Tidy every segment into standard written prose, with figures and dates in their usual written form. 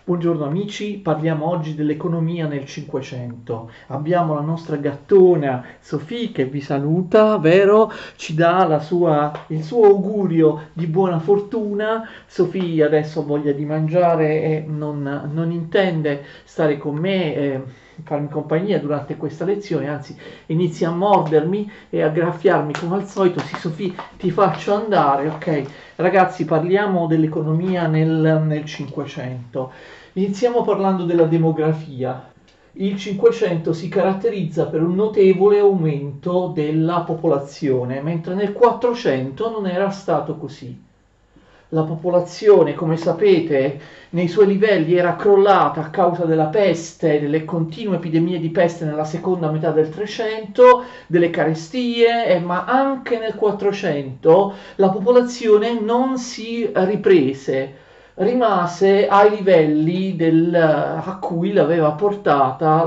Buongiorno amici, parliamo oggi dell'economia nel Cinquecento. Abbiamo la nostra gattona Sofì che vi saluta, vero? Ci dà il suo augurio di buona fortuna. Sofì adesso ha voglia di mangiare e non intende stare con me e farmi compagnia durante questa lezione, anzi inizia a mordermi e a graffiarmi come al solito. Sì, Sofì, ti faccio andare, ok? Ragazzi, parliamo dell'economia nel Cinquecento. Iniziamo parlando della demografia. Il Cinquecento si caratterizza per un notevole aumento della popolazione, mentre nel Quattrocento non era stato così. La popolazione, come sapete, nei suoi livelli era crollata a causa della peste, delle continue epidemie di peste nella seconda metà del Trecento, delle carestie, ma anche nel Quattrocento la popolazione non si riprese, rimase ai livelli a cui l'aveva portata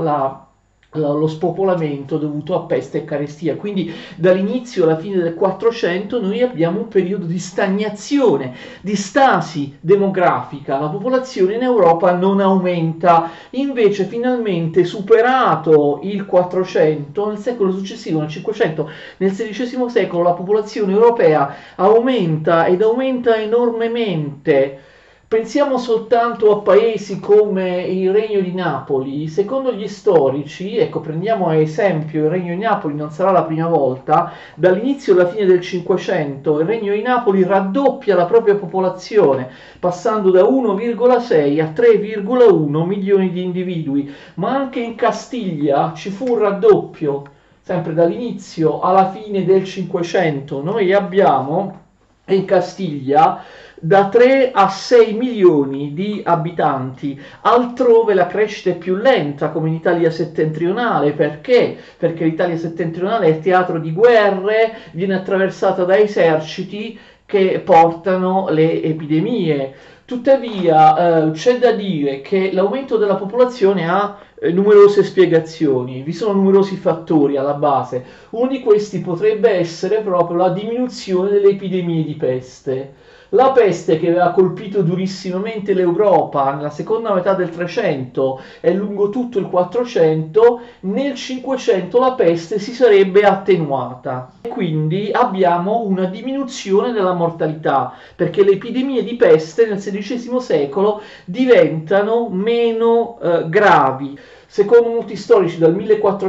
lo spopolamento dovuto a peste e carestia. Quindi dall'inizio alla fine del 400 noi abbiamo un periodo di stagnazione, di stasi demografica. La popolazione in Europa non aumenta, invece finalmente superato il 400, nel secolo successivo, nel 500, nel XVI secolo, la popolazione europea aumenta ed aumenta enormemente. Pensiamo soltanto a paesi come il Regno di Napoli. Secondo gli storici, ecco, prendiamo a esempio il Regno di Napoli, non sarà la prima volta, dall'inizio alla fine del Cinquecento il Regno di Napoli raddoppia la propria popolazione, passando da 1,6 a 3,1 milioni di individui, ma anche in Castiglia ci fu un raddoppio, sempre dall'inizio alla fine del Cinquecento. Noi abbiamo in Castiglia da 3 a 6 milioni di abitanti. Altrove la crescita è più lenta, come in Italia settentrionale. Perché? Perché l'Italia settentrionale è teatro di guerre, viene attraversata da eserciti che portano le epidemie. Tuttavia c'è da dire che l'aumento della popolazione ha numerose spiegazioni, vi sono numerosi fattori alla base. Uno di questi potrebbe essere proprio la diminuzione delle epidemie di peste. La peste che aveva colpito durissimamente l'Europa nella seconda metà del 300 e lungo tutto il 400, nel 500 la peste si sarebbe attenuata. E quindi abbiamo una diminuzione della mortalità, perché le epidemie di peste nel XVI secolo diventano meno gravi. Secondo molti storici dal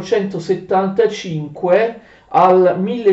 1475 al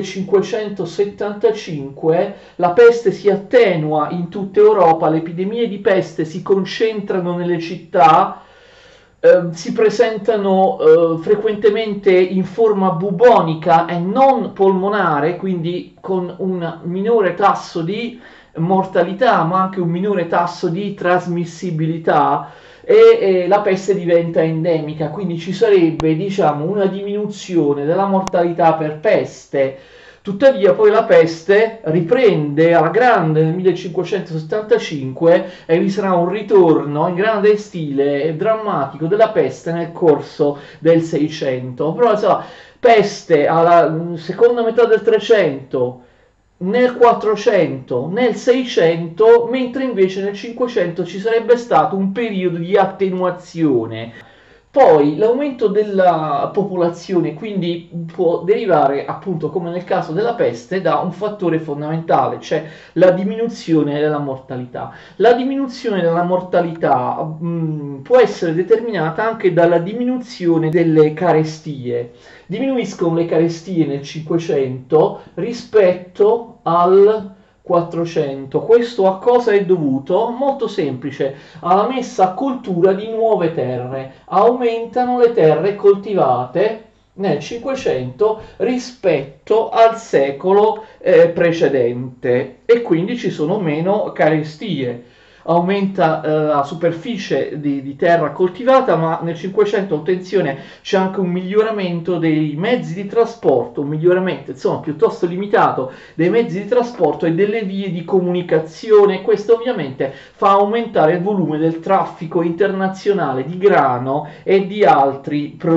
1575 la peste si attenua in tutta Europa, le epidemie di peste si concentrano nelle città, si presentano frequentemente in forma bubonica e non polmonare, quindi con un minore tasso di mortalità ma anche un minore tasso di trasmissibilità, e la peste diventa endemica, quindi ci sarebbe, diciamo, una diminuzione della mortalità per peste. Tuttavia poi la peste riprende alla grande nel 1575 e vi sarà un ritorno in grande stile e drammatico della peste nel corso del 600. Però insomma, peste alla seconda metà del 300, nel 400, nel 600, mentre invece nel 500 ci sarebbe stato un periodo di attenuazione. Poi l'aumento della popolazione quindi può derivare, appunto come nel caso della peste, da un fattore fondamentale, cioè la diminuzione della mortalità. La diminuzione della mortalità può essere determinata anche dalla diminuzione delle carestie. Diminuiscono le carestie nel 500 rispetto al 400. Questo a cosa è dovuto? Molto semplice, alla messa a coltura di nuove terre. Aumentano le terre coltivate nel 500 rispetto al secolo precedente e quindi ci sono meno carestie. Aumenta la superficie di terra coltivata, ma nel 500, attenzione, c'è anche un miglioramento dei mezzi di trasporto, un miglioramento insomma piuttosto limitato dei mezzi di trasporto e delle vie di comunicazione. Questo ovviamente fa aumentare il volume del traffico internazionale di grano e di altri prodotti.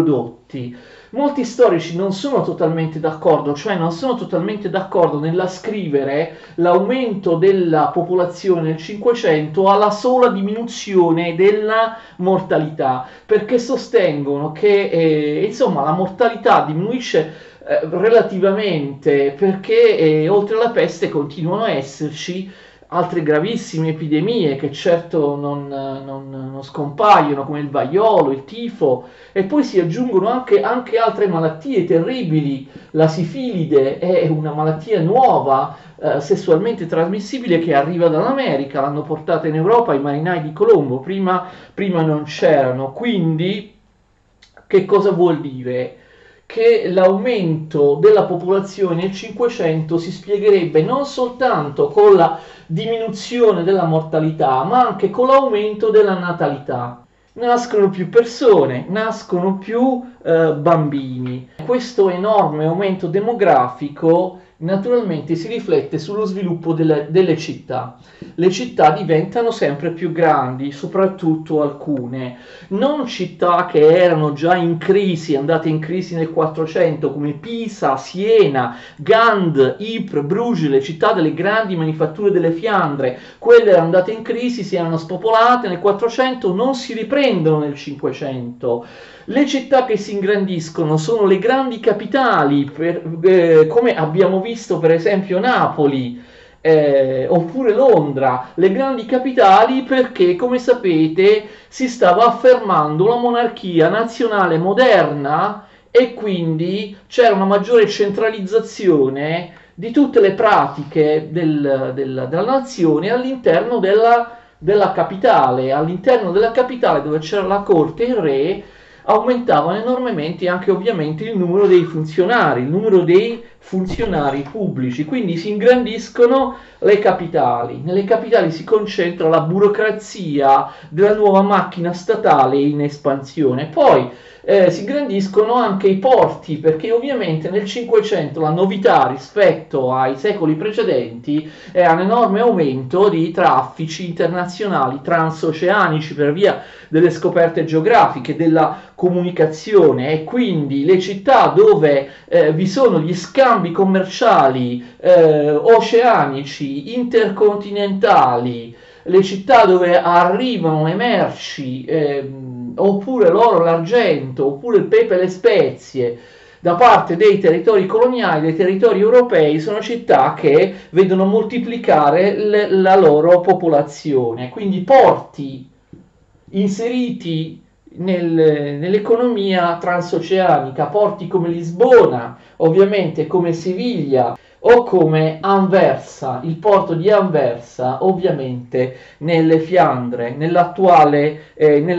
conflitti. Molti storici non sono totalmente d'accordo, cioè non sono totalmente d'accordo nella scrivere l'aumento della popolazione nel Cinquecento alla sola diminuzione della mortalità, perché sostengono che insomma la mortalità diminuisce relativamente perché oltre alla peste continuano a esserci altre gravissime epidemie che certo non scompaiono, come il vaiolo, il tifo, e poi si aggiungono anche altre malattie terribili. La sifilide è una malattia nuova, sessualmente trasmissibile, che arriva dall'America, l'hanno portata in Europa i marinai di Colombo, prima non c'erano. Quindi che cosa vuol dire? Che l'aumento della popolazione nel Cinquecento si spiegherebbe non soltanto con la diminuzione della mortalità, ma anche con l'aumento della natalità. Nascono più persone, nascono più bambini. Questo enorme aumento demografico naturalmente si riflette sullo sviluppo delle città. Le città diventano sempre più grandi, soprattutto alcune. Non città che erano già in crisi, andate in crisi nel 400, come Pisa, Siena, Gand, Ypres, Bruges, le città delle grandi manifatture delle Fiandre. Quelle erano andate in crisi, si erano spopolate nel 400, non si riprendono nel 500. Le città che si ingrandiscono sono le grandi capitali, come abbiamo visto per esempio Napoli, oppure Londra, le grandi capitali, perché come sapete si stava affermando la monarchia nazionale moderna e quindi c'era una maggiore centralizzazione di tutte le pratiche della nazione all'interno della capitale dove c'era la corte e il re. Aumentavano enormemente anche ovviamente il numero dei funzionari pubblici, quindi si ingrandiscono le capitali. Nelle capitali si concentra la burocrazia della nuova macchina statale in espansione. Poi si ingrandiscono anche i porti, perché ovviamente nel Cinquecento la novità rispetto ai secoli precedenti è un enorme aumento di traffici internazionali transoceanici per via delle scoperte geografiche, della comunicazione, e quindi le città dove vi sono gli scambi commerciali oceanici, intercontinentali, le città dove arrivano le merci, oppure l'oro, l'argento, oppure il pepe e le spezie da parte dei territori coloniali, dei territori europei, sono città che vedono moltiplicare la loro popolazione. Quindi porti inseriti nell'economia transoceanica, porti come Lisbona, ovviamente come Siviglia o come Anversa, il porto di Anversa, ovviamente nelle Fiandre, nell'attuale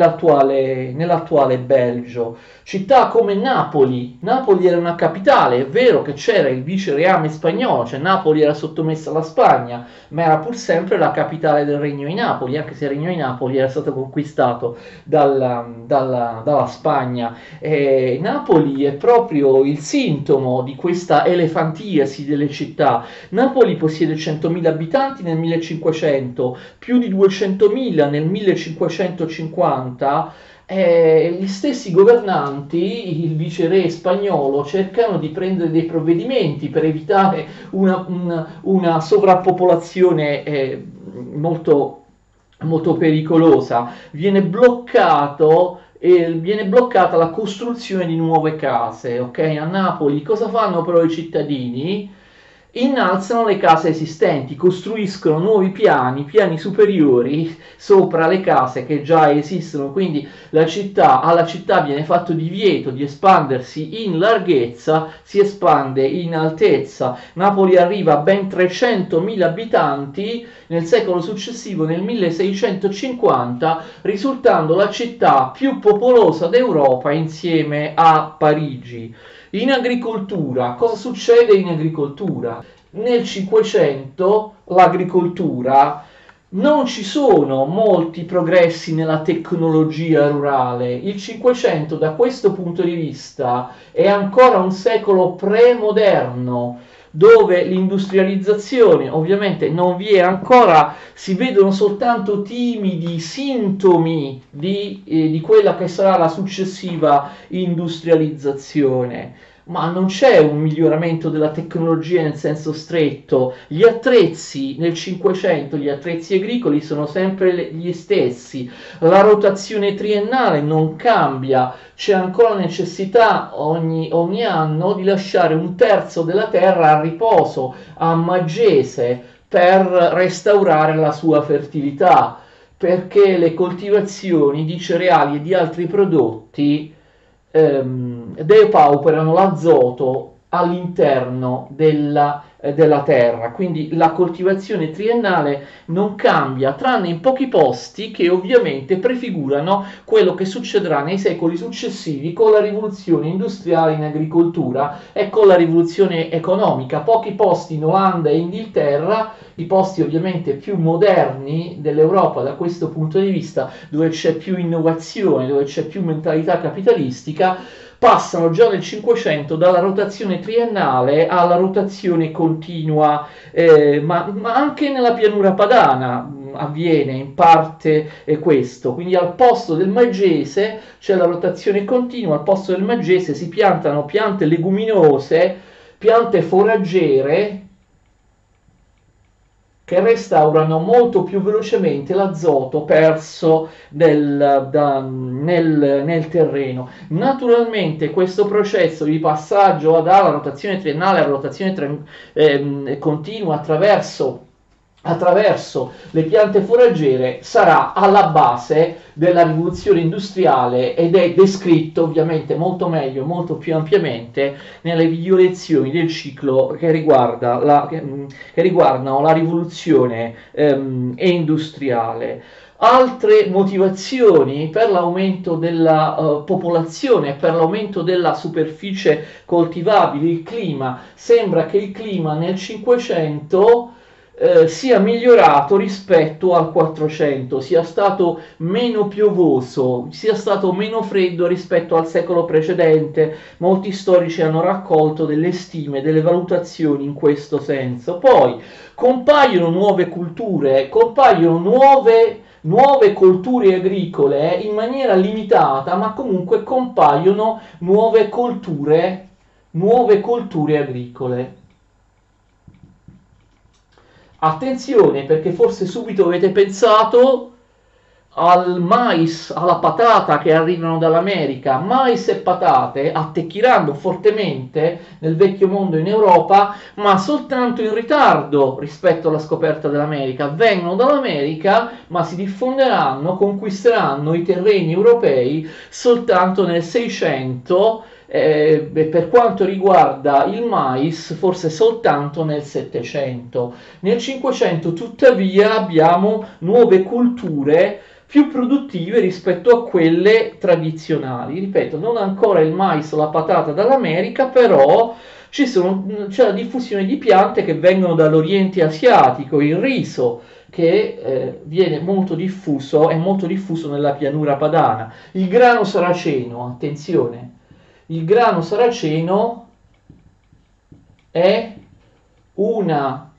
Belgio. Città come Napoli era una capitale, è vero che c'era il vicereame spagnolo, cioè Napoli era sottomessa alla Spagna, ma era pur sempre la capitale del Regno di Napoli, anche se il Regno di Napoli era stato conquistato dalla Spagna. Napoli è proprio il sintomo di questa elefantiasi delle città. Napoli possiede 100.000 abitanti nel 1500, più di 200.000 nel 1550. Gli stessi governanti, il viceré spagnolo, cercano di prendere dei provvedimenti per evitare una sovrappopolazione molto, molto pericolosa. Viene bloccata la costruzione di nuove case, ok? A Napoli cosa fanno però i cittadini? Innalzano le case esistenti, costruiscono nuovi piani superiori sopra le case che già esistono, quindi alla città viene fatto divieto di espandersi in larghezza, si espande in altezza. Napoli arriva a ben 300.000 abitanti nel secolo successivo, nel 1650, risultando la città più popolosa d'Europa insieme a Parigi. In agricoltura, cosa succede in agricoltura? Nel Cinquecento l'agricoltura, non ci sono molti progressi nella tecnologia rurale. Il Cinquecento da questo punto di vista è ancora un secolo premoderno, dove l'industrializzazione ovviamente non vi è ancora, si vedono soltanto timidi sintomi di quella che sarà la successiva industrializzazione. Ma non c'è un miglioramento della tecnologia nel senso stretto. Gli attrezzi nel 500, gli attrezzi agricoli sono sempre gli stessi, la rotazione triennale non cambia, c'è ancora necessità ogni anno di lasciare un terzo della terra a riposo, a maggese, per restaurare la sua fertilità, perché le coltivazioni di cereali e di altri prodotti depauperano l'azoto all'interno della terra, quindi la coltivazione triennale non cambia, tranne in pochi posti che ovviamente prefigurano quello che succederà nei secoli successivi con la rivoluzione industriale in agricoltura e con la rivoluzione economica. Pochi posti in Olanda e Inghilterra, i posti ovviamente più moderni dell'Europa da questo punto di vista, dove c'è più innovazione, dove c'è più mentalità capitalistica, passano già nel 500 dalla rotazione triennale alla rotazione continua, ma anche nella pianura padana avviene in parte questo, quindi al posto del maggese c'è la rotazione continua, al posto del maggese si piantano piante leguminose, piante foraggere, che restaurano molto più velocemente l'azoto perso nel terreno. Naturalmente questo processo di passaggio dalla rotazione triennale alla rotazione continua attraverso le piante foraggere sarà alla base della rivoluzione industriale ed è descritto ovviamente molto meglio, molto più ampiamente nelle video lezioni del ciclo che riguardano la rivoluzione industriale. Altre motivazioni per l'aumento della popolazione, per l'aumento della superficie coltivabile, il clima. Sembra che il clima nel 500 sia migliorato rispetto al 400, sia stato meno piovoso, sia stato meno freddo rispetto al secolo precedente. Molti storici hanno raccolto delle stime, delle valutazioni in questo senso. Poi compaiono nuove culture, compaiono nuove colture agricole in maniera limitata, ma comunque compaiono nuove colture agricole. Attenzione, perché forse subito avete pensato al mais, alla patata che arrivano dall'America. Mais e patate attecchiranno fortemente nel vecchio mondo in Europa, ma soltanto in ritardo rispetto alla scoperta dell'America. Vengono dall'America, ma si diffonderanno, conquisteranno i terreni europei soltanto nel 600. Per quanto riguarda il mais, forse soltanto nel 700. Nel 500 tuttavia abbiamo nuove culture più produttive rispetto a quelle tradizionali. Ripeto, non ancora il mais o la patata dall'America, però c'è la diffusione di piante che vengono dall'Oriente asiatico, il riso, che viene molto diffuso, è molto diffuso nella pianura padana. Il grano saraceno, attenzione, il grano saraceno è una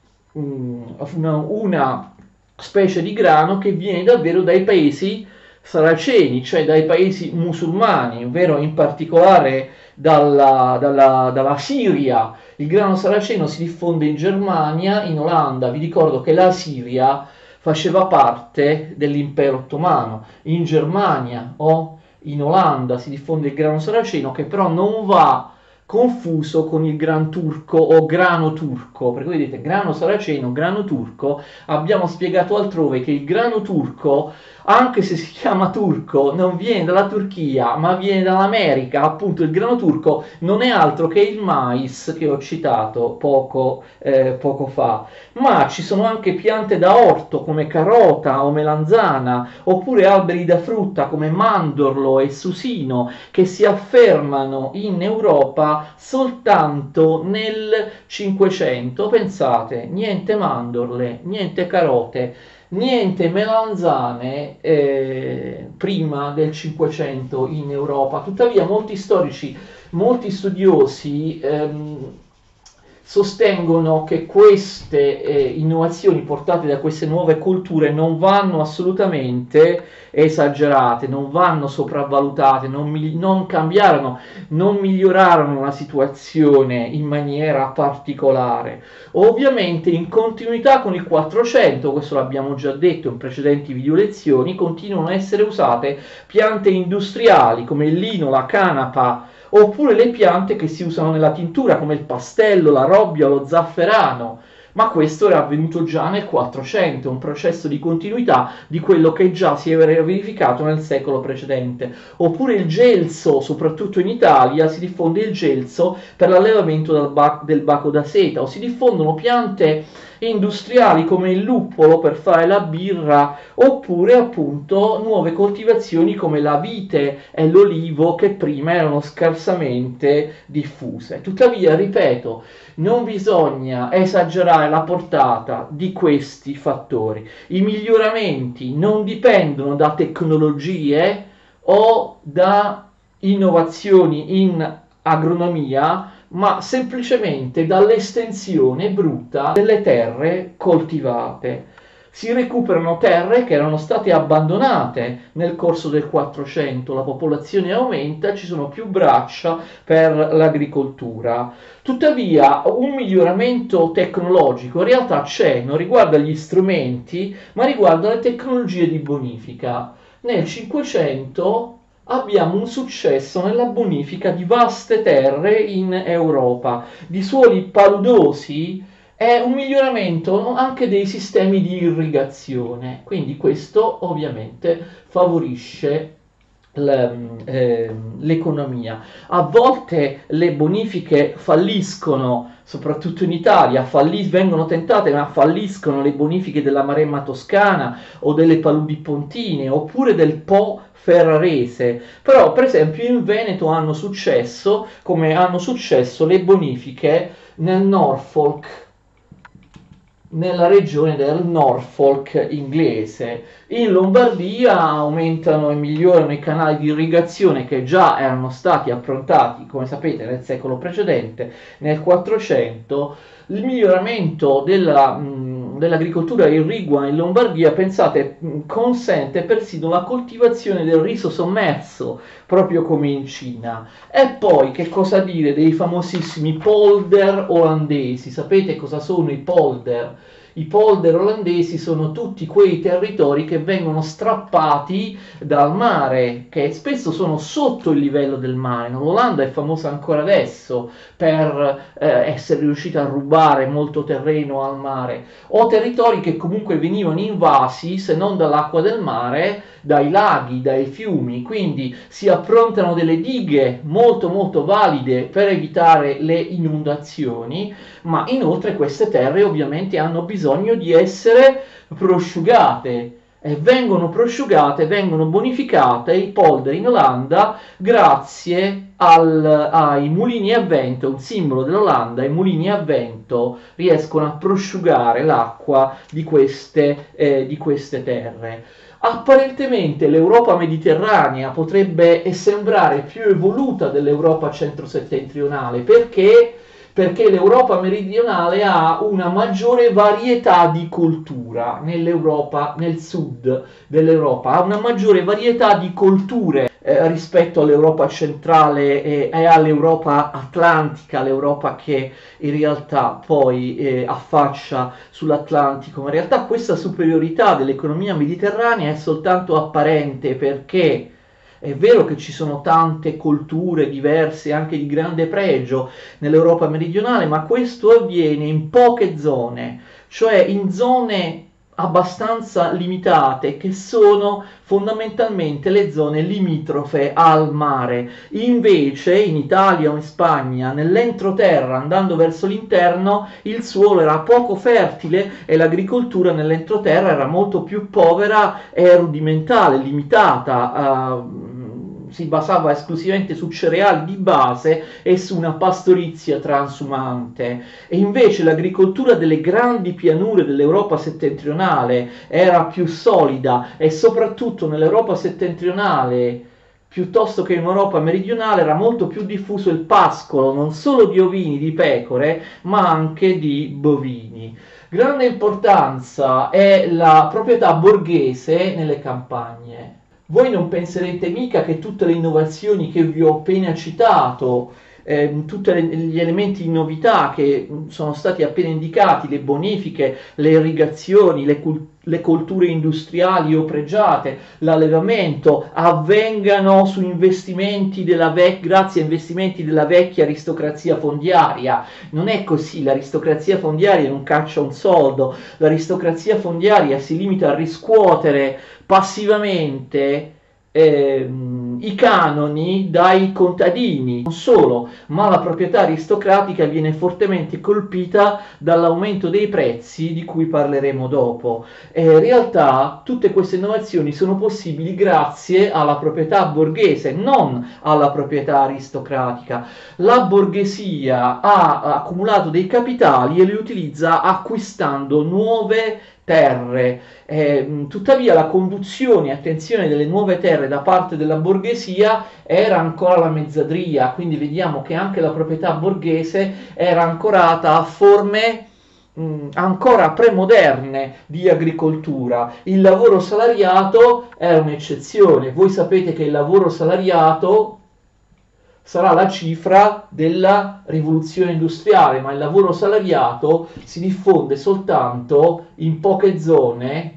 specie di grano che viene davvero dai paesi saraceni, cioè dai paesi musulmani, ovvero in particolare dalla Siria. Il grano saraceno si diffonde in Germania, in Olanda. Vi ricordo che la Siria faceva parte dell'impero ottomano. In Germania o in Olanda si diffonde il grano saraceno, che però non va confuso con il gran turco o grano turco, perché vedete grano saraceno, grano turco. Abbiamo spiegato altrove che il grano turco, anche se si chiama turco, non viene dalla Turchia ma viene dall'America. Appunto, il grano turco non è altro che il mais che ho citato poco fa. Ma ci sono anche piante da orto come carota o melanzana, oppure alberi da frutta come mandorlo e susino, che si affermano in Europa soltanto nel 500. Pensate, niente mandorle, niente carote, niente melanzane prima del 500 in Europa. Tuttavia molti storici, molti studiosi sostengono che queste innovazioni portate da queste nuove culture non vanno assolutamente esagerate, non vanno sopravvalutate, non cambiarono, non migliorarono la situazione in maniera particolare. Ovviamente in continuità con il 400, questo l'abbiamo già detto in precedenti video lezioni, continuano a essere usate piante industriali come il lino, la canapa, oppure le piante che si usano nella tintura come il pastello, la robbia, lo zafferano. Ma questo era avvenuto già nel 400, un processo di continuità di quello che già si era verificato nel secolo precedente. Oppure il gelso, soprattutto in Italia, si diffonde il gelso per l'allevamento del baco da seta, o si diffondono piante industriali come il luppolo per fare la birra, oppure appunto nuove coltivazioni come la vite e l'olivo che prima erano scarsamente diffuse. Tuttavia, ripeto, non bisogna esagerare la portata di questi fattori. I miglioramenti non dipendono da tecnologie o da innovazioni in agronomia, ma semplicemente dall'estensione brutta delle terre coltivate. Si recuperano terre che erano state abbandonate nel corso del 400, la popolazione aumenta, ci sono più braccia per l'agricoltura. Tuttavia un miglioramento tecnologico in realtà c'è, non riguarda gli strumenti, ma riguarda le tecnologie di bonifica. Nel 500 abbiamo un successo nella bonifica di vaste terre in Europa, di suoli paludosi, è un miglioramento anche dei sistemi di irrigazione, quindi questo ovviamente favorisce l'economia. A volte le bonifiche falliscono, soprattutto in Italia, vengono tentate ma falliscono le bonifiche della Maremma toscana o delle paludi pontine oppure del Po ferrarese, però per esempio in Veneto hanno successo, come hanno successo le bonifiche nel Norfolk, nella regione del Norfolk inglese. In Lombardia aumentano e migliorano i canali di irrigazione che già erano stati approntati, come sapete, nel secolo precedente, nel 400. Il miglioramento dell'agricoltura irrigua in Lombardia, pensate, consente persino la coltivazione del riso sommerso, proprio come in Cina. E poi che cosa dire dei famosissimi polder olandesi? Sapete cosa sono i polder? I polder olandesi sono tutti quei territori che vengono strappati dal mare, che spesso sono sotto il livello del mare. L'Olanda è famosa ancora adesso per essere riuscita a rubare molto terreno al mare, o territori che comunque venivano invasi, se non dall'acqua del mare, dai laghi, dai fiumi, quindi si approntano delle dighe molto molto valide per evitare le inondazioni, ma inoltre queste terre ovviamente hanno bisogno di essere prosciugate e vengono prosciugate, vengono bonificate i polder in Olanda grazie ai mulini a vento, un simbolo dell'Olanda, i mulini a vento riescono a prosciugare l'acqua di queste terre. Apparentemente l'Europa mediterranea potrebbe sembrare più evoluta dell'Europa centro-settentrionale, perché l'Europa meridionale ha una maggiore varietà di cultura nell'Europa, nel sud dell'Europa, ha una maggiore varietà di colture rispetto all'Europa centrale e all'Europa atlantica, l'Europa che in realtà poi affaccia sull'Atlantico. Ma in realtà questa superiorità dell'economia mediterranea è soltanto apparente, perché è vero che ci sono tante culture diverse, anche di grande pregio, nell'Europa meridionale, ma questo avviene in poche zone, cioè in zone abbastanza limitate, che sono fondamentalmente le zone limitrofe al mare. Invece in Italia o in Spagna, nell'entroterra, andando verso l'interno, il suolo era poco fertile e l'agricoltura nell'entroterra era molto più povera e rudimentale, limitata. Si basava esclusivamente su cereali di base e su una pastorizia transumante, e invece l'agricoltura delle grandi pianure dell'Europa settentrionale era più solida, e soprattutto nell'Europa settentrionale piuttosto che in Europa meridionale era molto più diffuso il pascolo, non solo di ovini, di pecore, ma anche di bovini. Grande importanza è la proprietà borghese nelle campagne. Voi non penserete mica che tutte le innovazioni che vi ho appena citato, tutti gli elementi di novità che sono stati appena indicati, le bonifiche, le irrigazioni, le colture industriali o pregiate, l'allevamento, avvengano su investimenti grazie a investimenti della vecchia aristocrazia fondiaria. Non è così, l'aristocrazia fondiaria non caccia un soldo, l'aristocrazia fondiaria si limita a riscuotere passivamente i canoni dai contadini. Non solo, ma la proprietà aristocratica viene fortemente colpita dall'aumento dei prezzi di cui parleremo dopo. In realtà tutte queste innovazioni sono possibili grazie alla proprietà borghese, non alla proprietà aristocratica. La borghesia ha accumulato dei capitali e li utilizza acquistando nuove terre. Tuttavia la conduzione, attenzione, delle nuove terre da parte della borghesia era ancora la mezzadria, quindi vediamo che anche la proprietà borghese era ancorata a forme ancora premoderne di agricoltura. Il lavoro salariato è un'eccezione. Voi sapete che il lavoro salariato sarà la cifra della rivoluzione industriale, ma il lavoro salariato si diffonde soltanto in poche zone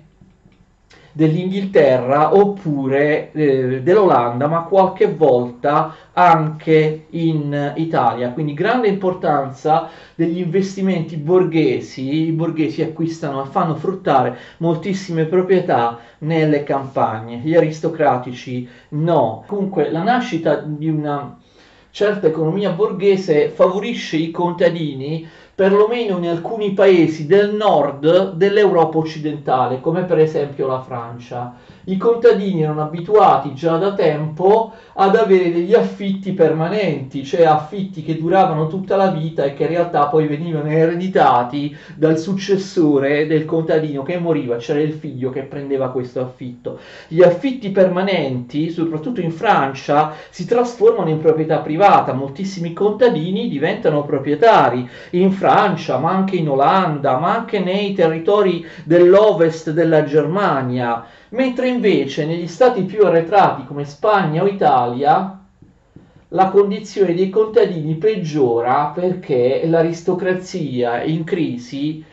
dell'Inghilterra oppure dell'Olanda, ma qualche volta anche in Italia. Quindi grande importanza degli investimenti borghesi. I borghesi acquistano e fanno fruttare moltissime proprietà nelle campagne, gli aristocratici no. Comunque la nascita di una certa economia borghese favorisce i contadini, perlomeno in alcuni paesi del nord dell'Europa occidentale, come per esempio la Francia. I contadini erano abituati già da tempo ad avere degli affitti permanenti, cioè affitti che duravano tutta la vita e che in realtà poi venivano ereditati dal successore del contadino che moriva, c'era il figlio che prendeva questo affitto. Gli affitti permanenti, soprattutto in Francia, si trasformano in proprietà privata, moltissimi contadini diventano proprietari in Francia, ma anche in Olanda, ma anche nei territori dell'ovest della Germania, mentre invece negli stati più arretrati come Spagna o Italia la condizione dei contadini peggiora perché l'aristocrazia in crisi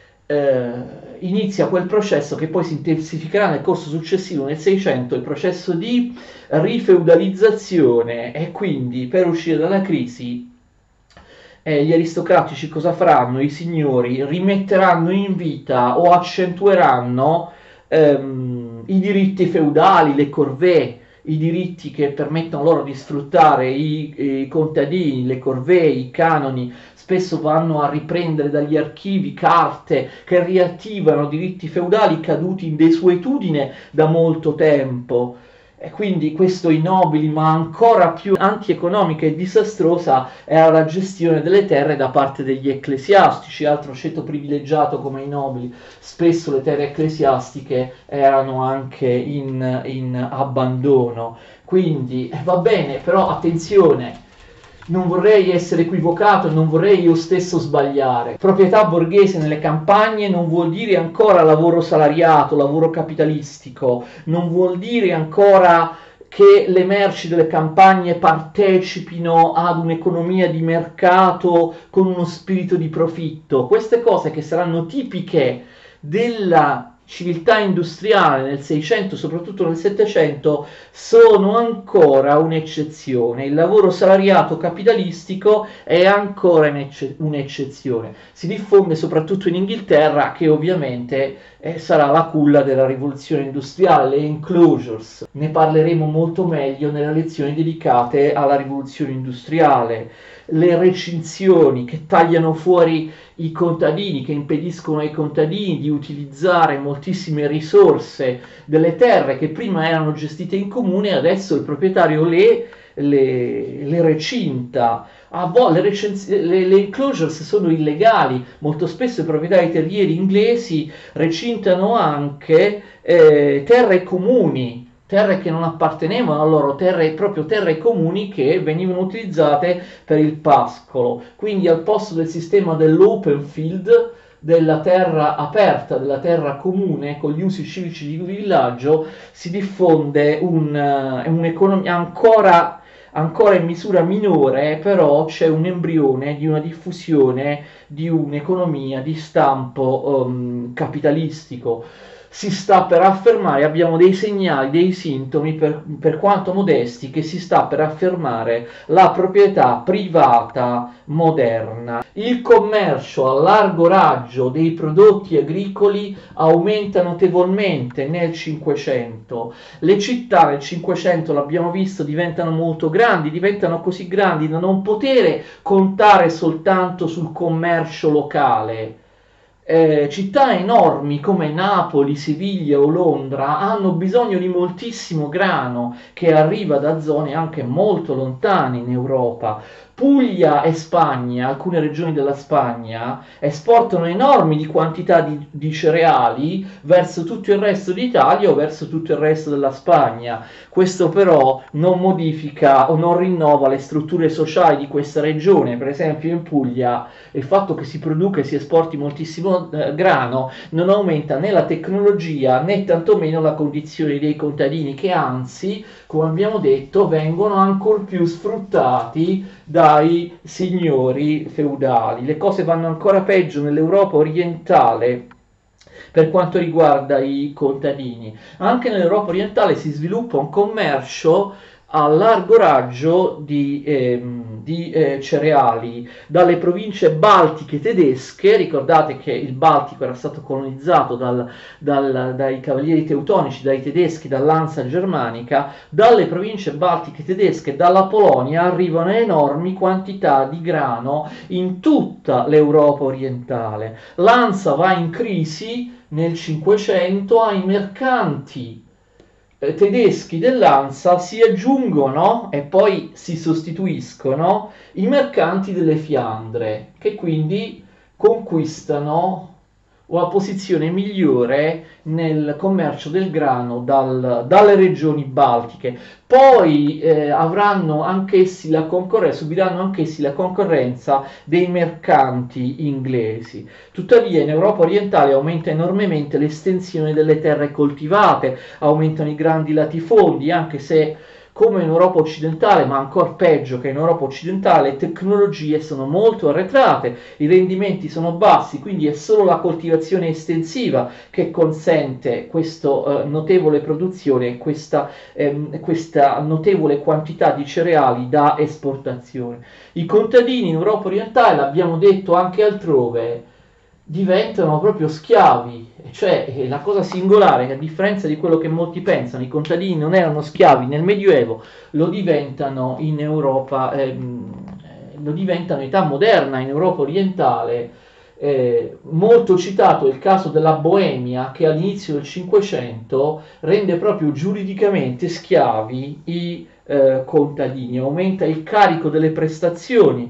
inizia quel processo che poi si intensificherà nel corso successivo nel 600, il processo di rifeudalizzazione, e quindi per uscire dalla crisi gli aristocratici cosa faranno? I signori rimetteranno in vita o accentueranno i diritti feudali, le corvée, i diritti che permettono loro di sfruttare i contadini, le corvée, i canoni. Spesso vanno a riprendere dagli archivi carte che riattivano diritti feudali caduti in desuetudine da molto tempo. E quindi questo i nobili, ma ancora più antieconomica e disastrosa era la gestione delle terre da parte degli ecclesiastici, altro ceto privilegiato come i nobili. Spesso le terre ecclesiastiche erano anche in abbandono. Quindi va bene, però attenzione, non vorrei essere equivocato, non vorrei io stesso sbagliare. Proprietà borghese nelle campagne non vuol dire ancora lavoro salariato, lavoro capitalistico, non vuol dire ancora che le merci delle campagne partecipino ad un'economia di mercato con uno spirito di profitto. Queste cose che saranno tipiche della civiltà industriale nel 600, soprattutto nel 700, sono ancora un'eccezione. Il lavoro salariato capitalistico è ancora un'eccezione. Si diffonde soprattutto in Inghilterra, che ovviamente sarà la culla della rivoluzione industriale, le enclosures. Ne parleremo molto meglio nelle lezioni dedicate alla rivoluzione industriale. Le recinzioni che tagliano fuori i contadini, che impediscono ai contadini di utilizzare moltissime risorse delle terre che prima erano gestite in comune, adesso il proprietario le recinta. Le enclosures sono illegali, molto spesso i proprietari terrieri inglesi recintano anche terre comuni terre che non appartenevano a loro, proprio terre comuni che venivano utilizzate per il pascolo. Quindi al posto del sistema dell'open field, della terra aperta, della terra comune con gli usi civici di villaggio, si diffonde un'economia ancora in misura minore, però c'è un embrione di una diffusione di un'economia di stampo capitalistico. Si sta per affermare, abbiamo dei segnali, dei sintomi, per quanto modesti, che si sta per affermare la proprietà privata moderna. Il commercio a largo raggio dei prodotti agricoli aumenta notevolmente nel Cinquecento. Le città nel Cinquecento, l'abbiamo visto, diventano molto grandi, diventano così grandi da non poter contare soltanto sul commercio locale. Città enormi come Napoli, Siviglia o Londra hanno bisogno di moltissimo grano che arriva da zone anche molto lontane in Europa. Puglia e Spagna, alcune regioni della Spagna, esportano enormi di quantità di cereali verso tutto il resto d'Italia o verso tutto il resto della Spagna. Questo però non modifica o non rinnova le strutture sociali di questa regione. Per esempio in Puglia il fatto che si produca e si esporti moltissimo grano non aumenta né la tecnologia né tantomeno la condizione dei contadini, che anzi, come abbiamo detto, vengono ancor più sfruttati dai signori feudali. Le cose vanno ancora peggio nell'Europa orientale per quanto riguarda i contadini. Anche nell'Europa orientale si sviluppa un commercio a largo raggio di cereali dalle province baltiche tedesche. Ricordate che il Baltico era stato colonizzato dai cavalieri teutonici, dai tedeschi, dall'Ansa germanica. Dalle province baltiche tedesche, dalla Polonia, arrivano enormi quantità di grano in tutta l'Europa orientale. L'Ansa va in crisi nel Cinquecento, ai mercanti tedeschi dell'Ansa si aggiungono e poi si sostituiscono i mercanti delle Fiandre, che quindi conquistano una posizione migliore nel commercio del grano dalle regioni baltiche. Poi avranno anch'essi subiranno anch'essi la concorrenza dei mercanti inglesi. Tuttavia in Europa orientale aumenta enormemente l'estensione delle terre coltivate, aumentano i grandi latifondi, anche se come in Europa occidentale, ma ancora peggio che in Europa occidentale, le tecnologie sono molto arretrate, i rendimenti sono bassi, quindi è solo la coltivazione estensiva che consente questa notevole produzione e questa notevole quantità di cereali da esportazione. I contadini in Europa orientale, l'abbiamo detto anche altrove, diventano proprio schiavi. Cioè, la cosa singolare è che, a differenza di quello che molti pensano, i contadini non erano schiavi nel Medioevo, lo diventano in Europa, lo diventano in età moderna, in Europa orientale. Molto citato il caso della Boemia, che all'inizio del Cinquecento rende proprio giuridicamente schiavi i contadini, aumenta il carico delle prestazioni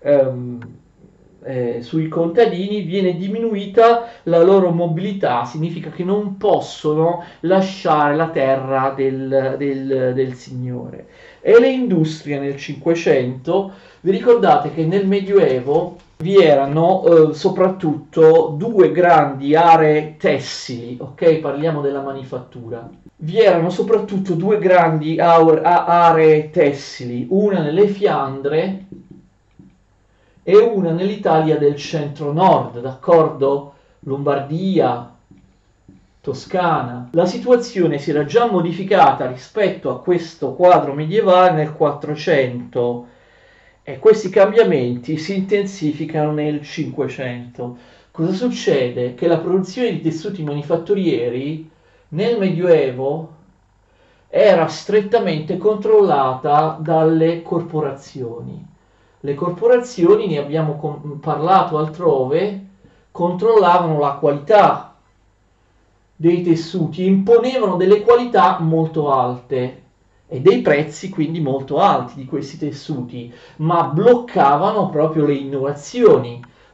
sui contadini, viene diminuita la loro mobilità, significa che non possono lasciare la terra del signore. E le industrie nel Cinquecento, vi ricordate che nel Medioevo vi erano soprattutto due grandi aree tessili, ok? Parliamo della manifattura. Vi erano soprattutto due grandi aree tessili, una nelle Fiandre e una nell'Italia del centro-nord, d'accordo? Lombardia, Toscana. La situazione si era già modificata rispetto a questo quadro medievale nel 400 e questi cambiamenti si intensificano nel 500. Cosa succede? Che la produzione di tessuti manifatturieri nel Medioevo era strettamente controllata dalle corporazioni. Le corporazioni, ne abbiamo parlato altrove, controllavano la qualità dei tessuti, imponevano delle qualità molto alte e dei prezzi quindi molto alti di questi tessuti, ma bloccavano proprio le innovazioni,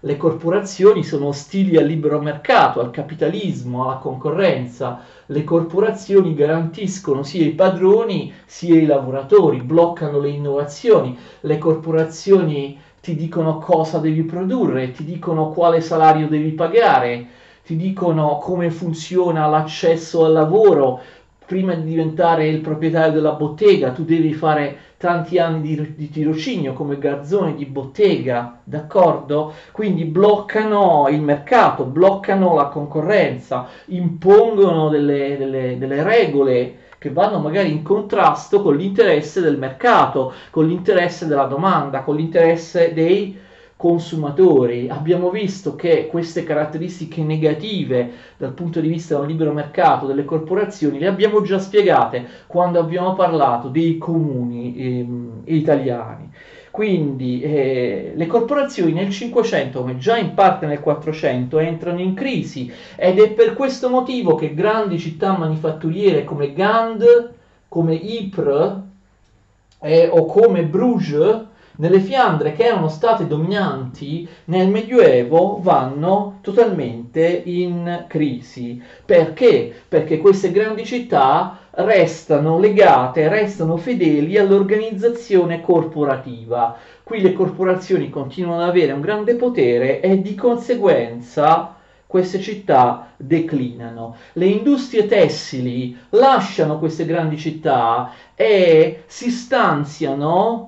le corporazioni sono ostili al libero mercato, al capitalismo, alla concorrenza. Le corporazioni garantiscono sia i padroni sia i lavoratori, bloccano le innovazioni. Le corporazioni ti dicono cosa devi produrre, ti dicono quale salario devi pagare, ti dicono come funziona l'accesso al lavoro. Prima di diventare il proprietario della bottega, tu devi fare tanti anni di tirocinio come garzone di bottega, d'accordo? Quindi bloccano il mercato, bloccano la concorrenza, impongono delle regole che vanno magari in contrasto con l'interesse del mercato, con l'interesse della domanda, con l'interesse dei consumatori. Abbiamo visto che queste caratteristiche negative dal punto di vista del libero mercato delle corporazioni le abbiamo già spiegate quando abbiamo parlato dei comuni italiani. Quindi le corporazioni nel 500, come già in parte nel 400, entrano in crisi ed è per questo motivo che grandi città manifatturiere come Gand, come Ypres o come Bruges nelle Fiandre, che erano state dominanti nel Medioevo, vanno totalmente in crisi. Perché? Perché queste grandi città restano legate, restano fedeli all'organizzazione corporativa. Qui le corporazioni continuano ad avere un grande potere e di conseguenza queste città declinano. Le industrie tessili lasciano queste grandi città e si stanziano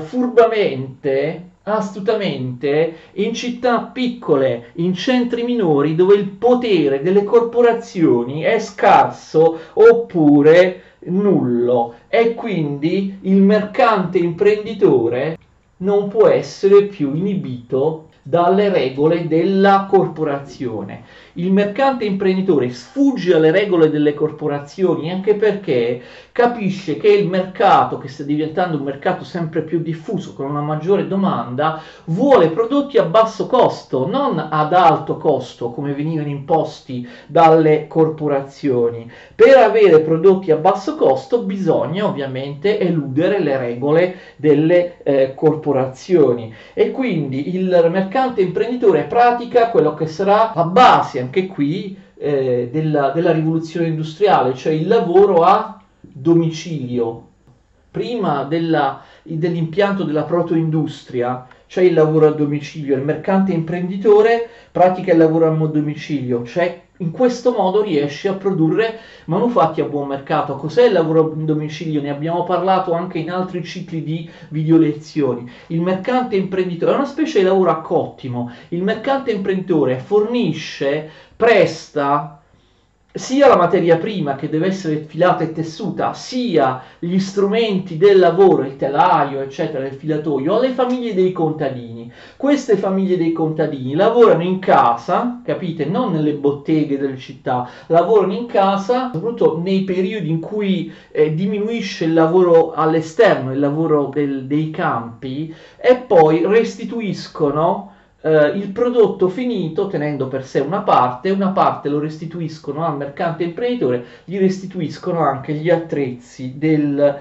furbamente, astutamente, in città piccole, in centri minori dove il potere delle corporazioni è scarso oppure nullo e quindi il mercante imprenditore non può essere più inibito dalle regole della corporazione. Il mercante imprenditore sfugge alle regole delle corporazioni anche perché capisce che il mercato, che sta diventando un mercato sempre più diffuso con una maggiore domanda, vuole prodotti a basso costo, non ad alto costo come venivano imposti dalle corporazioni. Per avere prodotti a basso costo bisogna ovviamente eludere le regole delle corporazioni e quindi il mercante imprenditore pratica quello che sarà la base anche qui della rivoluzione industriale, cioè il lavoro a domicilio. Prima dell'impianto della protoindustria c'è il lavoro a domicilio, il mercante imprenditore pratica il lavoro a domicilio, cioè in questo modo riesce a produrre manufatti a buon mercato. Cos'è il lavoro a domicilio? Ne abbiamo parlato anche in altri cicli di video lezioni. Il mercante imprenditore è una specie di lavoro a cottimo. Il mercante imprenditore fornisce, presta sia la materia prima che deve essere filata e tessuta, sia gli strumenti del lavoro, il telaio, eccetera, il filatoio, alle famiglie dei contadini. Queste famiglie dei contadini lavorano in casa, capite? Non nelle botteghe delle città, lavorano in casa, soprattutto nei periodi in cui diminuisce il lavoro all'esterno, il lavoro dei campi, e poi restituiscono il prodotto finito tenendo per sé una parte lo restituiscono al mercante imprenditore, gli restituiscono anche gli attrezzi del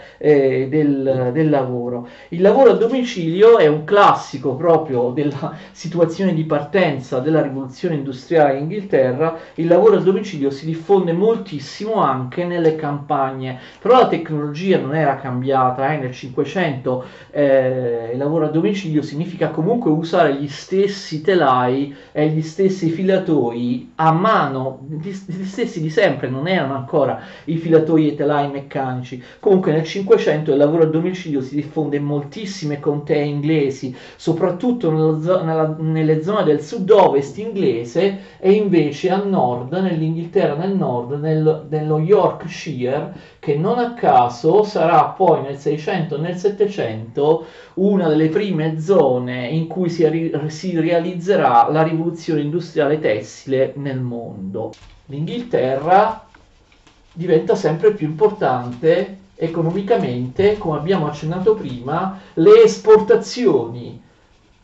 lavoro. Il lavoro a domicilio è un classico proprio della situazione di partenza della rivoluzione industriale in Inghilterra. Il lavoro a domicilio si diffonde moltissimo anche nelle campagne, però la tecnologia non era cambiata, nel 500 il lavoro a domicilio significa comunque usare gli stessi telai e gli stessi filatoi a mano, gli stessi di sempre, non erano ancora i filatoi e i telai meccanici. Comunque nel 500 il lavoro a domicilio si diffonde in moltissime contee inglesi, soprattutto nelle zone del sud-ovest inglese e invece a nord, nell'Inghilterra nel nord, nello Yorkshire, che non a caso sarà poi nel 600 e nel 700 una delle prime zone in cui si realizzerà la rivoluzione industriale tessile nel mondo. L'Inghilterra diventa sempre più importante economicamente, come abbiamo accennato prima, le esportazioni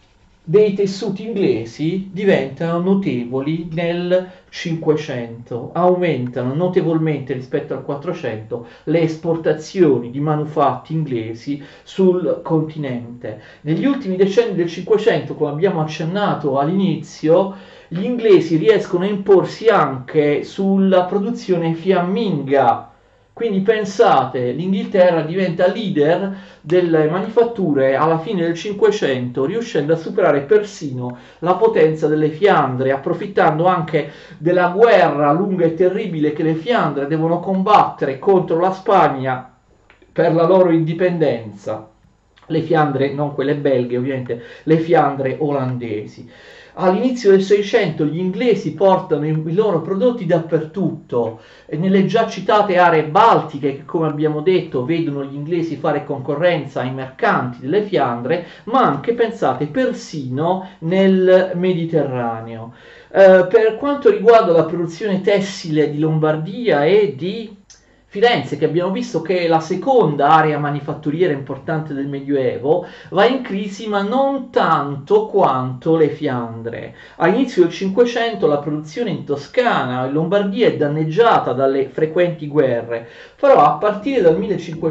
dei tessuti inglesi diventano notevoli nel 500, aumentano notevolmente rispetto al 400 le esportazioni di manufatti inglesi sul continente. Negli ultimi decenni del 500, come abbiamo accennato all'inizio, gli inglesi riescono a imporsi anche sulla produzione fiamminga. Quindi pensate, l'Inghilterra diventa leader delle manifatture alla fine del 500, riuscendo a superare persino la potenza delle Fiandre, approfittando anche della guerra lunga e terribile che le Fiandre devono combattere contro la Spagna per la loro indipendenza. Le Fiandre, non quelle belghe ovviamente, le Fiandre olandesi. All'inizio del 600 gli inglesi portano i loro prodotti dappertutto, nelle già citate aree baltiche che, come abbiamo detto, vedono gli inglesi fare concorrenza ai mercanti delle Fiandre, ma anche, pensate, persino nel Mediterraneo. Per quanto riguarda la produzione tessile di Lombardia e di Firenze, che abbiamo visto che è la seconda area manifatturiera importante del Medioevo, va in crisi ma non tanto quanto le Fiandre. All'inizio del 500 la produzione in Toscana e in Lombardia è danneggiata dalle frequenti guerre, però a partire dal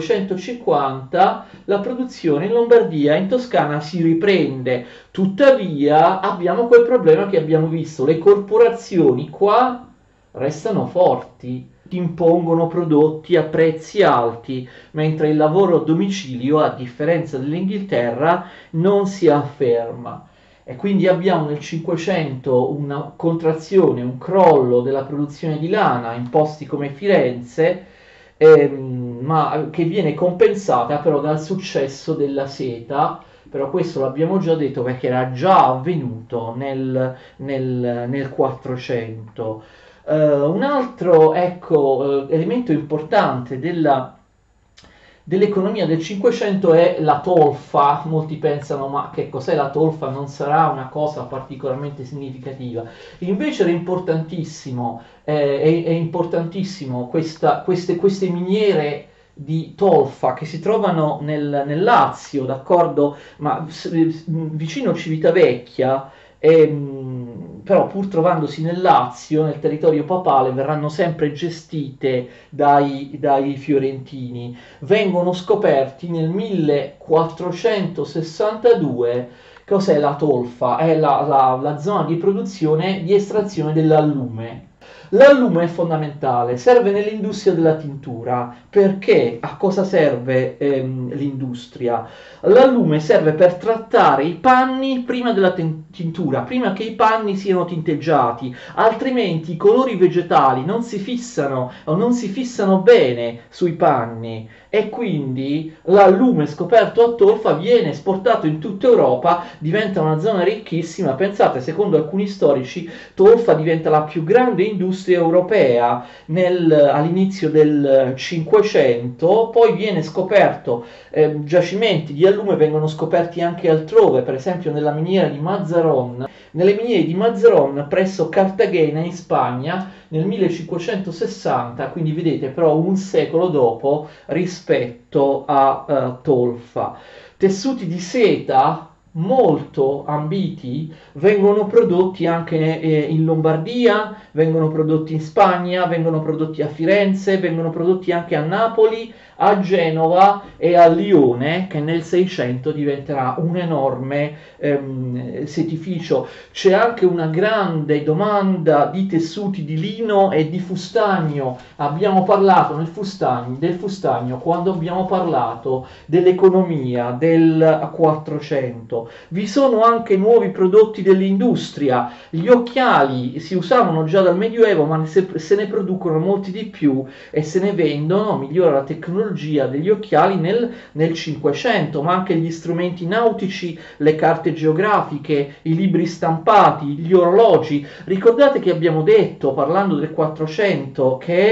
1550 la produzione in Lombardia e in Toscana si riprende. Tuttavia abbiamo quel problema che abbiamo visto, le corporazioni qua restano forti, impongono prodotti a prezzi alti, mentre il lavoro a domicilio, a differenza dell'Inghilterra, non si afferma. E quindi abbiamo nel 500 una contrazione, un crollo della produzione di lana in posti come Firenze, ma che viene compensata però dal successo della seta. Però questo l'abbiamo già detto perché era già avvenuto nel 400. Un altro, ecco, elemento importante dell'economia del 500 è la tolfa. Molti pensano, ma che cos'è la tolfa? Non sarà una cosa particolarmente significativa. Invece era importantissimo, è importantissimo queste miniere di tolfa che si trovano nel Lazio, d'accordo? Ma vicino Civitavecchia, però pur trovandosi nel Lazio, nel territorio papale, verranno sempre gestite dai fiorentini. Vengono scoperti nel 1462. Cos'è la tolfa? È la zona di produzione, di estrazione dell'allume. L'allume è fondamentale, serve nell'industria della tintura. Perché? A cosa serve l'industria? L'allume serve per trattare i panni prima della tintura, prima che i panni siano tinteggiati, altrimenti i colori vegetali non si fissano o non si fissano bene sui panni, e quindi l'allume scoperto a tolfa viene esportato in tutta Europa, diventa una zona ricchissima. Pensate, secondo alcuni storici, tolfa diventa la più grande industria europea all'inizio del 500, poi viene scoperto, giacimenti di allume vengono scoperti anche altrove, per esempio nella miniera di Mazzaron, nelle miniere di Mazzaron presso Cartagena in Spagna nel 1560, quindi vedete però un secolo dopo rispetto a tolfa. Tessuti di seta molto ambiti vengono prodotti anche in Lombardia, vengono prodotti in Spagna, vengono prodotti a Firenze, vengono prodotti anche a Napoli, a Genova e a Lione, che nel 600 diventerà un enorme setificio. C'è anche una grande domanda di tessuti di lino e di fustagno. Abbiamo parlato del fustagno quando abbiamo parlato dell'economia del 400. Vi sono anche nuovi prodotti dell'industria. Gli occhiali si usavano già dal Medioevo, ma se ne producono molti di più e se ne vendono, migliora la tecnologia degli occhiali nel 500, ma anche gli strumenti nautici, le carte geografiche, i libri stampati, gli orologi. Ricordate che abbiamo detto, parlando del 400, che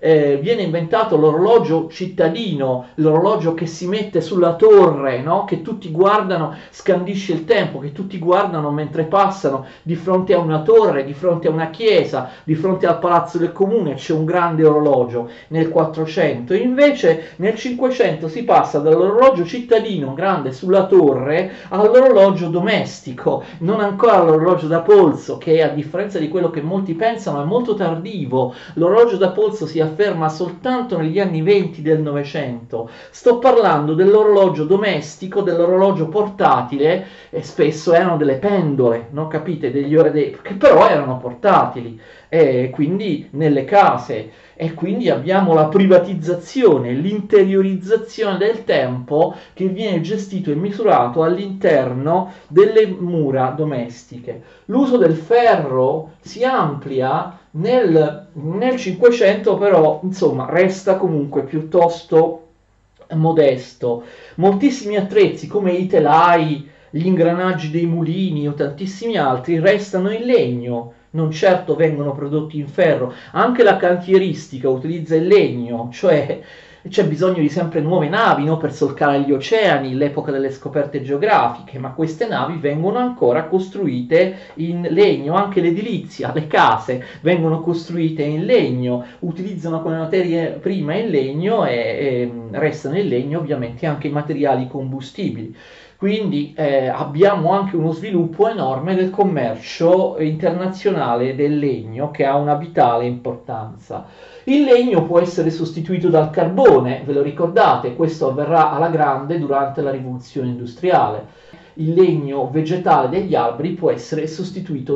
viene inventato l'orologio cittadino, l'orologio che si mette sulla torre, no? Che tutti guardano, scandisce il tempo, che tutti guardano mentre passano di fronte a una torre, di fronte a una chiesa, di fronte al palazzo del comune, c'è un grande orologio nel 400. Invece nel 500 si passa dall'orologio cittadino grande sulla torre all'orologio domestico, non ancora all'orologio da polso, che a differenza di quello che molti pensano è molto tardivo. L'orologio da polso si afferma soltanto negli anni 20 del Novecento. Sto parlando dell'orologio domestico, dell'orologio portatile, e spesso erano delle pendole, non capite, che però erano portatili, e quindi nelle case. E quindi abbiamo la privatizzazione, l'interiorizzazione del tempo che viene gestito e misurato all'interno delle mura domestiche. L'uso del ferro si amplia nel 500, però insomma resta comunque piuttosto modesto. Moltissimi attrezzi come i telai, gli ingranaggi dei mulini o tantissimi altri restano in legno, non certo vengono prodotti in ferro. Anche la cantieristica utilizza il legno, cioè c'è bisogno di sempre nuove navi, no, per solcare gli oceani, l'epoca delle scoperte geografiche, ma queste navi vengono ancora costruite in legno. Anche l'edilizia, le case vengono costruite in legno, utilizzano come materia prima il legno e restano in legno ovviamente anche i materiali combustibili. Quindi abbiamo anche uno sviluppo enorme del commercio internazionale del legno, che ha una vitale importanza. Il legno può essere sostituito dal carbone, ve lo ricordate? Questo avverrà alla grande durante la rivoluzione industriale. Il legno vegetale degli alberi può essere sostituito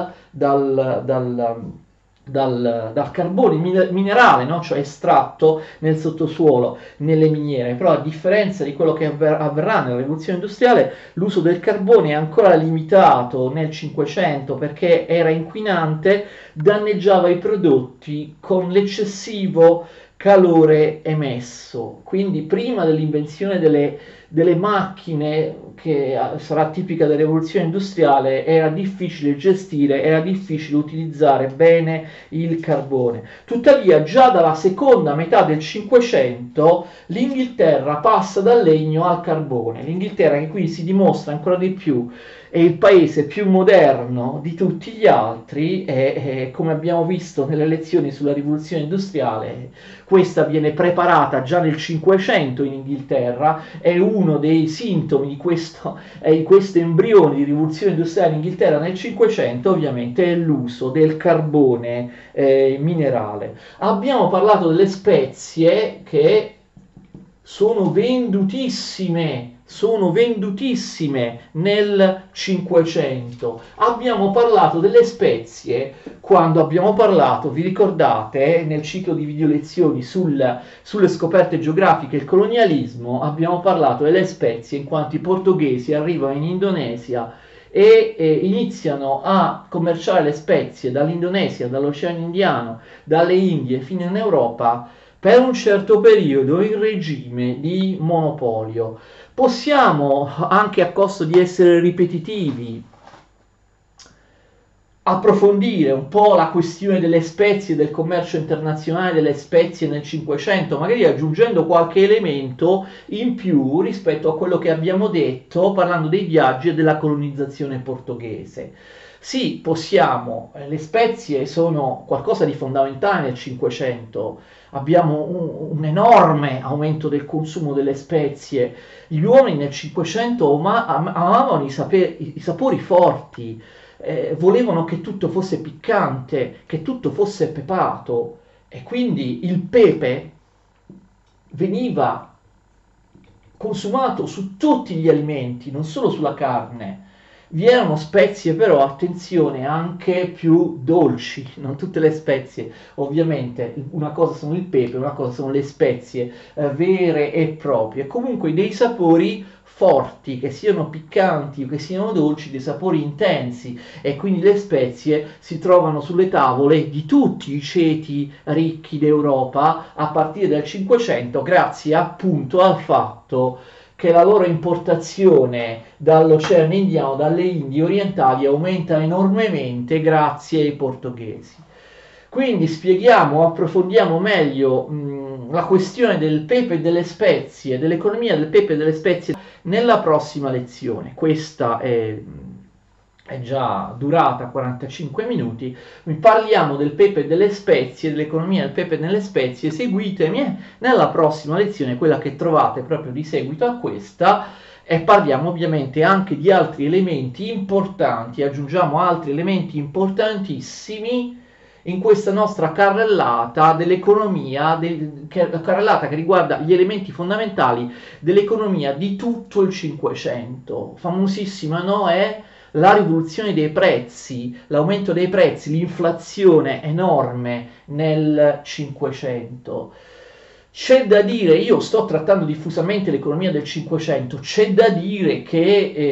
dal carbone minerale, no? Cioè estratto nel sottosuolo, nelle miniere. Però a differenza di quello che avverrà nella rivoluzione industriale, l'uso del carbone è ancora limitato nel 500 perché era inquinante, danneggiava i prodotti con l'eccessivo calore emesso. Quindi prima dell'invenzione delle macchine, che sarà tipica della rivoluzione industriale, era difficile gestire, era difficile utilizzare bene il carbone. Tuttavia già dalla seconda metà del 500 l'Inghilterra passa dal legno al carbone. L'Inghilterra, che qui si dimostra ancora di più, è il paese più moderno di tutti gli altri, e come abbiamo visto nelle lezioni sulla rivoluzione industriale, questa viene preparata già nel 500 in Inghilterra. È uno dei sintomi di questo embrione di rivoluzione industriale in Inghilterra nel 500, ovviamente, è l'uso del carbone minerale. Abbiamo parlato delle spezie che sono vendutissime nel 500. Abbiamo parlato delle spezie quando abbiamo parlato, vi ricordate, nel ciclo di video lezioni sulle scoperte geografiche e il colonialismo, abbiamo parlato delle spezie in quanto i portoghesi arrivano in Indonesia e iniziano a commerciare le spezie dall'Indonesia, dall'Oceano Indiano, dalle Indie fino in Europa per un certo periodo in regime di monopolio. Possiamo, anche a costo di essere ripetitivi, approfondire un po' la questione delle spezie, del commercio internazionale delle spezie nel 500, magari aggiungendo qualche elemento in più rispetto a quello che abbiamo detto parlando dei viaggi e della colonizzazione portoghese. Sì, possiamo, le spezie sono qualcosa di fondamentale nel 500, abbiamo un enorme aumento del consumo delle spezie. Gli uomini nel 500 amavano i sapori forti, volevano che tutto fosse piccante, che tutto fosse pepato, e quindi il pepe veniva consumato su tutti gli alimenti, non solo sulla carne. Vi erano spezie però, attenzione, anche più dolci, non tutte le spezie, ovviamente, una cosa sono il pepe, una cosa sono le spezie vere e proprie, comunque dei sapori forti, che siano piccanti o che siano dolci, dei sapori intensi, e quindi le spezie si trovano sulle tavole di tutti i ceti ricchi d'Europa a partire dal 500, grazie appunto al fatto che la loro importazione dall'Oceano Indiano, dalle Indie orientali, aumenta enormemente grazie ai portoghesi. Quindi spieghiamo, approfondiamo meglio la questione del pepe e delle spezie, dell'economia del pepe e delle spezie nella prossima lezione. Questa è già durata 45 minuti. Parliamo del pepe e delle spezie, dell'economia del pepe e delle spezie. Seguitemi nella prossima lezione, quella che trovate proprio di seguito a questa, e parliamo ovviamente anche di altri elementi importanti, aggiungiamo altri elementi importantissimi in questa nostra carrellata dell'economia, carrellata che riguarda gli elementi fondamentali dell'economia di tutto il Cinquecento. Famosissima, no? È la rivoluzione dei prezzi, l'aumento dei prezzi, l'inflazione enorme nel Cinquecento. C'è da dire, io sto trattando diffusamente l'economia del Cinquecento, c'è da dire che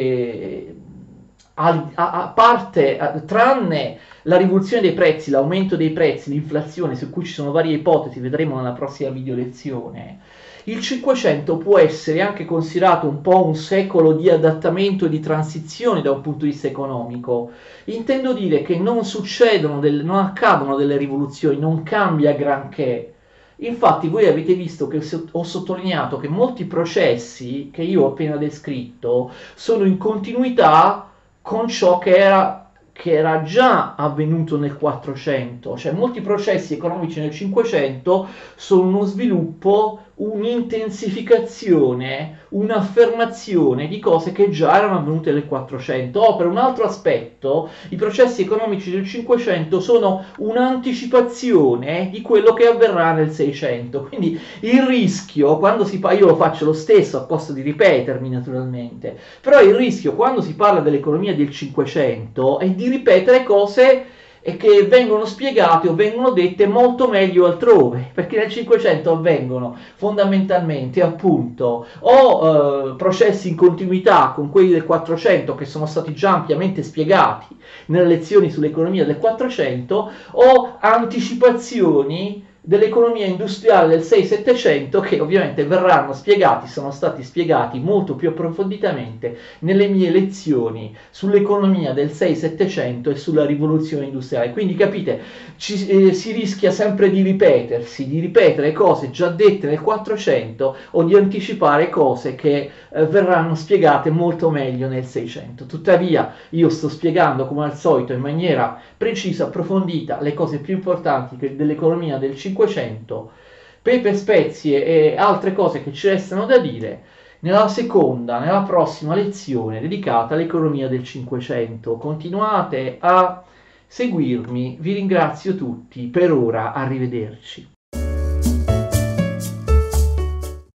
a parte, tranne la rivoluzione dei prezzi, l'aumento dei prezzi, l'inflazione, su cui ci sono varie ipotesi, vedremo nella prossima video lezione, il Cinquecento può essere anche considerato un po' un secolo di adattamento e di transizione da un punto di vista economico. Intendo dire che non non accadono delle rivoluzioni, non cambia granché. Infatti voi avete visto che ho sottolineato che molti processi che io ho appena descritto sono in continuità con ciò che era già avvenuto nel 400, cioè molti processi economici nel 500 sono uno sviluppo, un'intensificazione, un'affermazione di cose che già erano avvenute nel 400. O per un altro aspetto, i processi economici del 500 sono un'anticipazione di quello che avverrà nel 600. Quindi il rischio, quando si parla, io lo faccio lo stesso a costo di ripetermi naturalmente, però il rischio quando si parla dell'economia del 500 è di ripetere cose che vengono spiegate o vengono dette molto meglio altrove, perché nel 500 avvengono fondamentalmente appunto o processi in continuità con quelli del 400 che sono stati già ampiamente spiegati nelle lezioni sull'economia del 400, o anticipazioni dell'economia industriale del 6-700 che ovviamente verranno spiegati, sono stati spiegati molto più approfonditamente nelle mie lezioni sull'economia del 6-700 e sulla rivoluzione industriale. Quindi capite, si rischia sempre di ripetersi, di ripetere cose già dette nel 400 o di anticipare cose che verranno spiegate molto meglio nel 600. Tuttavia io sto spiegando come al solito in maniera precisa, approfondita, le cose più importanti dell'economia del 500, pepe, spezie e altre cose che ci restano da dire nella prossima lezione dedicata all'economia del 500. Continuate a seguirmi, vi ringrazio tutti, per ora arrivederci.